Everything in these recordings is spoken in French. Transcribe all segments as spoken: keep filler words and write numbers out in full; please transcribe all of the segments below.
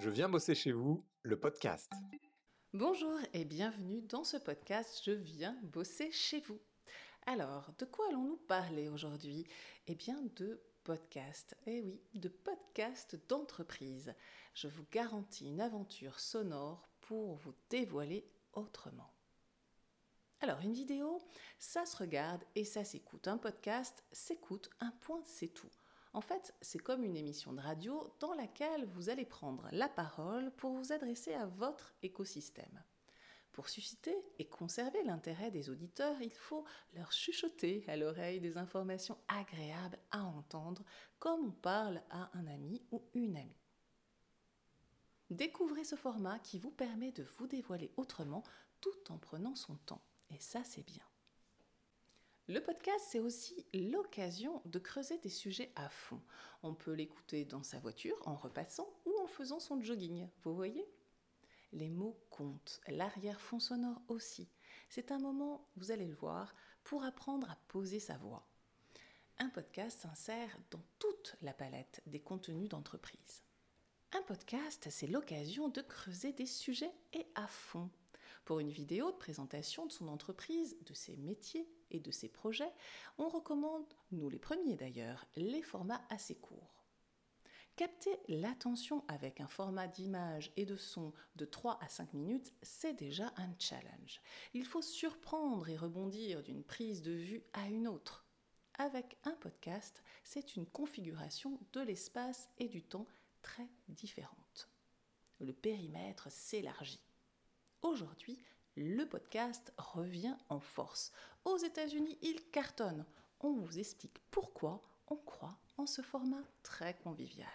Je viens bosser chez vous, le podcast. Bonjour et bienvenue dans ce podcast Je viens bosser chez vous. Alors, de quoi allons-nous parler aujourd'hui ? Eh bien, de podcast. Eh oui, de podcast d'entreprise. Je vous garantis une aventure sonore pour vous dévoiler autrement. Alors, une vidéo, ça se regarde et ça s'écoute. Un podcast s'écoute, un point, c'est tout. En fait, c'est comme une émission de radio dans laquelle vous allez prendre la parole pour vous adresser à votre écosystème. Pour susciter et conserver l'intérêt des auditeurs, il faut leur chuchoter à l'oreille des informations agréables à entendre, comme on parle à un ami ou une amie. Découvrez ce format qui vous permet de vous dévoiler autrement tout en prenant son temps. Et ça, c'est bien. Le podcast, c'est aussi l'occasion de creuser des sujets à fond. On peut l'écouter dans sa voiture, en repassant ou en faisant son jogging. Vous voyez ? Les mots comptent, l'arrière-fond sonore aussi. C'est un moment, vous allez le voir, pour apprendre à poser sa voix. Un podcast s'insère dans toute la palette des contenus d'entreprise. Un podcast, c'est l'occasion de creuser des sujets et à fond. Pour une vidéo de présentation de son entreprise, de ses métiers et de ses projets, on recommande, nous les premiers d'ailleurs, les formats assez courts. Capter l'attention avec un format d'image et de son de trois à cinq minutes, c'est déjà un challenge. Il faut surprendre et rebondir d'une prise de vue à une autre. Avec un podcast, c'est une configuration de l'espace et du temps très différente. Le périmètre s'élargit. Aujourd'hui, le podcast revient en force. Aux États-Unis, il cartonne. On vous explique pourquoi on croit en ce format très convivial.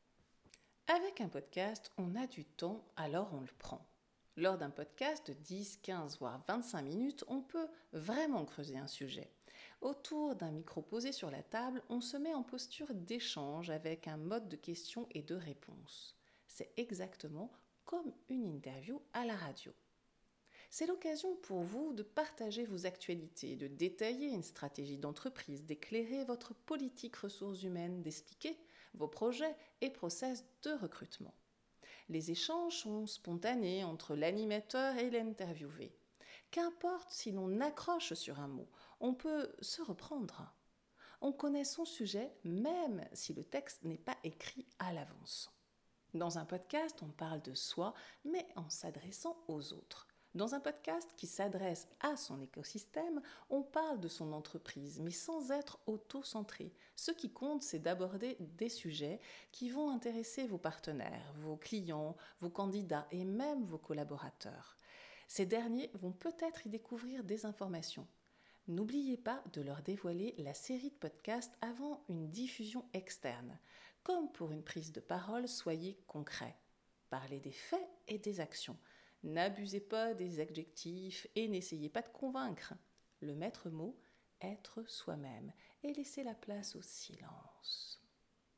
Avec un podcast, on a du temps, alors on le prend. Lors d'un podcast de dix, quinze, voire vingt-cinq minutes, on peut vraiment creuser un sujet. Autour d'un micro posé sur la table, on se met en posture d'échange avec un mode de questions et de réponses. C'est exactement comme une interview à la radio. C'est l'occasion pour vous de partager vos actualités, de détailler une stratégie d'entreprise, d'éclairer votre politique ressources humaines, d'expliquer vos projets et process de recrutement. Les échanges sont spontanés entre l'animateur et l'interviewé. Qu'importe si l'on accroche sur un mot, on peut se reprendre. On connaît son sujet même si le texte n'est pas écrit à l'avance. Dans un podcast, on parle de soi, mais en s'adressant aux autres. Dans un podcast qui s'adresse à son écosystème, on parle de son entreprise, mais sans être auto-centré. Ce qui compte, c'est d'aborder des sujets qui vont intéresser vos partenaires, vos clients, vos candidats et même vos collaborateurs. Ces derniers vont peut-être y découvrir des informations. N'oubliez pas de leur dévoiler la série de podcasts avant une diffusion externe. Comme pour une prise de parole, soyez concret. Parlez des faits et des actions. N'abusez pas des adjectifs et n'essayez pas de convaincre. Le maître mot, être soi-même et laisser la place au silence.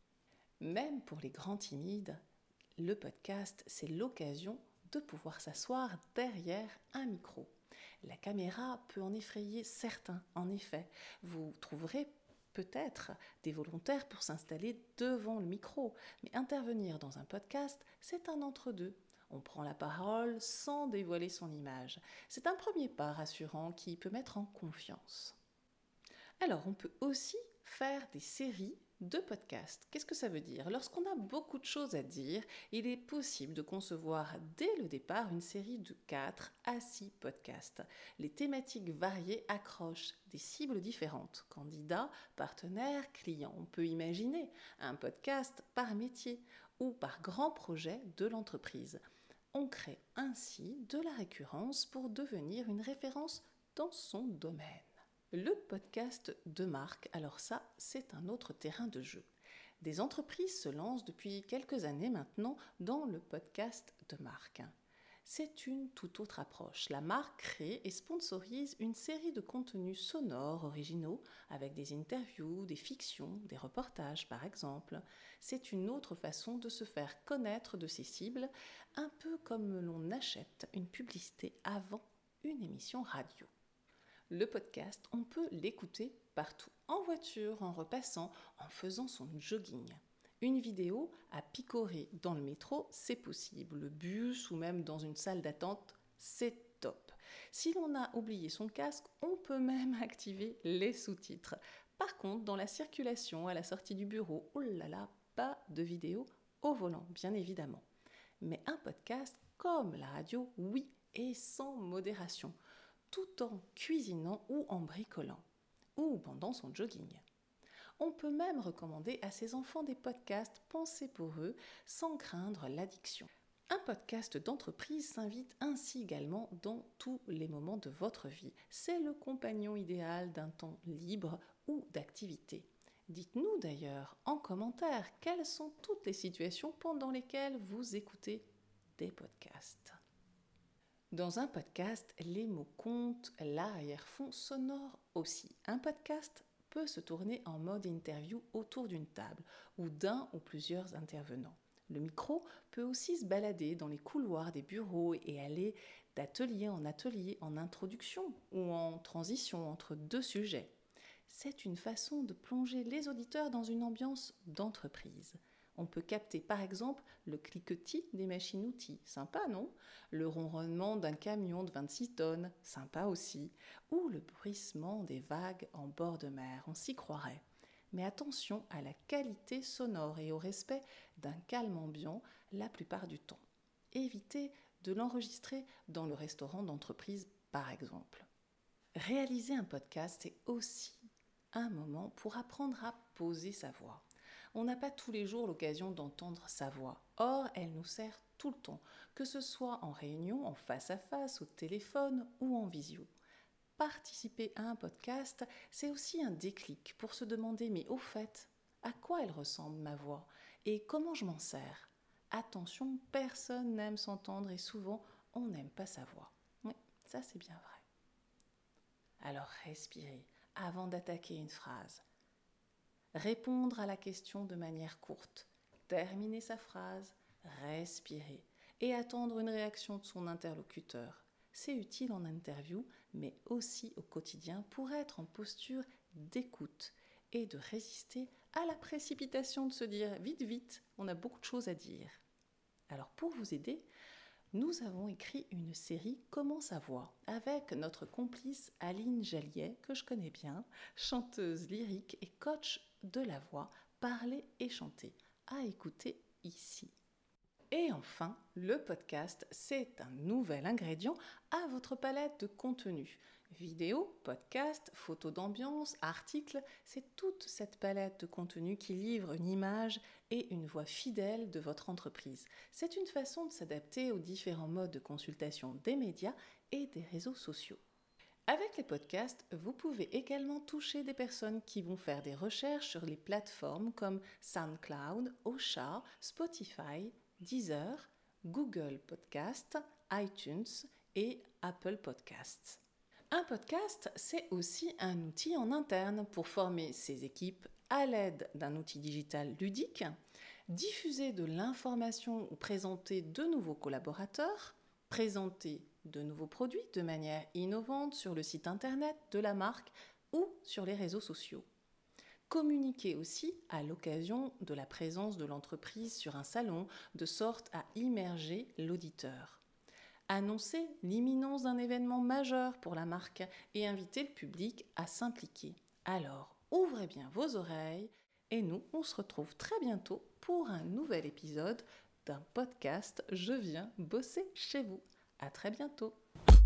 Même pour les grands timides, le podcast, c'est l'occasion de pouvoir s'asseoir derrière un micro. La caméra peut en effrayer certains, en effet. Vous trouverez peut-être des volontaires pour s'installer devant le micro, mais intervenir dans un podcast, c'est un entre-deux. On prend la parole sans dévoiler son image. C'est un premier pas rassurant qui peut mettre en confiance. Alors, on peut aussi faire des séries de podcasts. Qu'est-ce que ça veut dire ? Lorsqu'on a beaucoup de choses à dire, il est possible de concevoir dès le départ une série de quatre à six podcasts. Les thématiques variées accrochent des cibles différentes. Candidats, partenaires, clients. On peut imaginer un podcast par métier ou par grand projet de l'entreprise. On crée ainsi de la récurrence pour devenir une référence dans son domaine. Le podcast de marque, alors ça, c'est un autre terrain de jeu. Des entreprises se lancent depuis quelques années maintenant dans le podcast de marque. C'est une toute autre approche. La marque crée et sponsorise une série de contenus sonores originaux avec des interviews, des fictions, des reportages par exemple. C'est une autre façon de se faire connaître de ses cibles, un peu comme l'on achète une publicité avant une émission radio. Le podcast, on peut l'écouter partout, en voiture, en repassant, en faisant son jogging. Une vidéo à picorer dans le métro, c'est possible. Le bus ou même dans une salle d'attente, c'est top. Si l'on a oublié son casque, on peut même activer les sous-titres. Par contre, dans la circulation à la sortie du bureau, oh là là, pas de vidéo au volant, bien évidemment. Mais un podcast, comme la radio, oui, et sans modération, tout en cuisinant ou en bricolant, ou pendant son jogging. On peut même recommander à ses enfants des podcasts pensés pour eux, sans craindre l'addiction. Un podcast d'entreprise s'invite ainsi également dans tous les moments de votre vie. C'est le compagnon idéal d'un temps libre ou d'activité. Dites-nous d'ailleurs en commentaire quelles sont toutes les situations pendant lesquelles vous écoutez des podcasts. Dans un podcast, les mots comptent, l'arrière-fond sonore aussi. Un podcast peut se tourner en mode interview autour d'une table ou d'un ou plusieurs intervenants. Le micro peut aussi se balader dans les couloirs des bureaux et aller d'atelier en atelier en introduction ou en transition entre deux sujets. C'est une façon de plonger les auditeurs dans une ambiance d'entreprise. On peut capter par exemple le cliquetis des machines-outils, sympa non ? Le ronronnement d'un camion de vingt-six tonnes, sympa aussi. Ou le bruissement des vagues en bord de mer, on s'y croirait. Mais attention à la qualité sonore et au respect d'un calme ambiant la plupart du temps. Évitez de l'enregistrer dans le restaurant d'entreprise par exemple. Réaliser un podcast, c'est aussi un moment pour apprendre à poser sa voix. On n'a pas tous les jours l'occasion d'entendre sa voix. Or, elle nous sert tout le temps, que ce soit en réunion, en face à face, au téléphone ou en visio. Participer à un podcast, c'est aussi un déclic pour se demander, mais au fait, à quoi elle ressemble ma voix et comment je m'en sers ? Attention, personne n'aime s'entendre et souvent, on n'aime pas sa voix. Oui, ça c'est bien vrai. Alors respirez avant d'attaquer une phrase. Répondre à la question de manière courte, terminer sa phrase, respirer et attendre une réaction de son interlocuteur. C'est utile en interview, mais aussi au quotidien pour être en posture d'écoute et de résister à la précipitation de se dire « vite, vite, on a beaucoup de choses à dire ». Alors pour vous aider, nous avons écrit une série « Comment sa voix » avec notre complice Aline Jalliet, que je connais bien, chanteuse lyrique et coach de la voix, parler et chanter, à écouter ici. Et enfin, le podcast, c'est un nouvel ingrédient à votre palette de contenu. Vidéo, podcast, photos d'ambiance, articles, c'est toute cette palette de contenu qui livre une image et une voix fidèle de votre entreprise. C'est une façon de s'adapter aux différents modes de consultation des médias et des réseaux sociaux. Avec les podcasts, vous pouvez également toucher des personnes qui vont faire des recherches sur les plateformes comme SoundCloud, Ocha, Spotify, Deezer, Google Podcast, iTunes et Apple Podcasts. Un podcast, c'est aussi un outil en interne pour former ses équipes à l'aide d'un outil digital ludique, diffuser de l'information ou présenter de nouveaux collaborateurs, présenter de nouveaux produits de manière innovante sur le site internet de la marque ou sur les réseaux sociaux. Communiquer aussi à l'occasion de la présence de l'entreprise sur un salon, de sorte à immerger l'auditeur. Annoncer l'imminence d'un événement majeur pour la marque et inviter le public à s'impliquer. Alors, ouvrez bien vos oreilles et nous, on se retrouve très bientôt pour un nouvel épisode d'un podcast « Je viens bosser chez vous ». À très bientôt.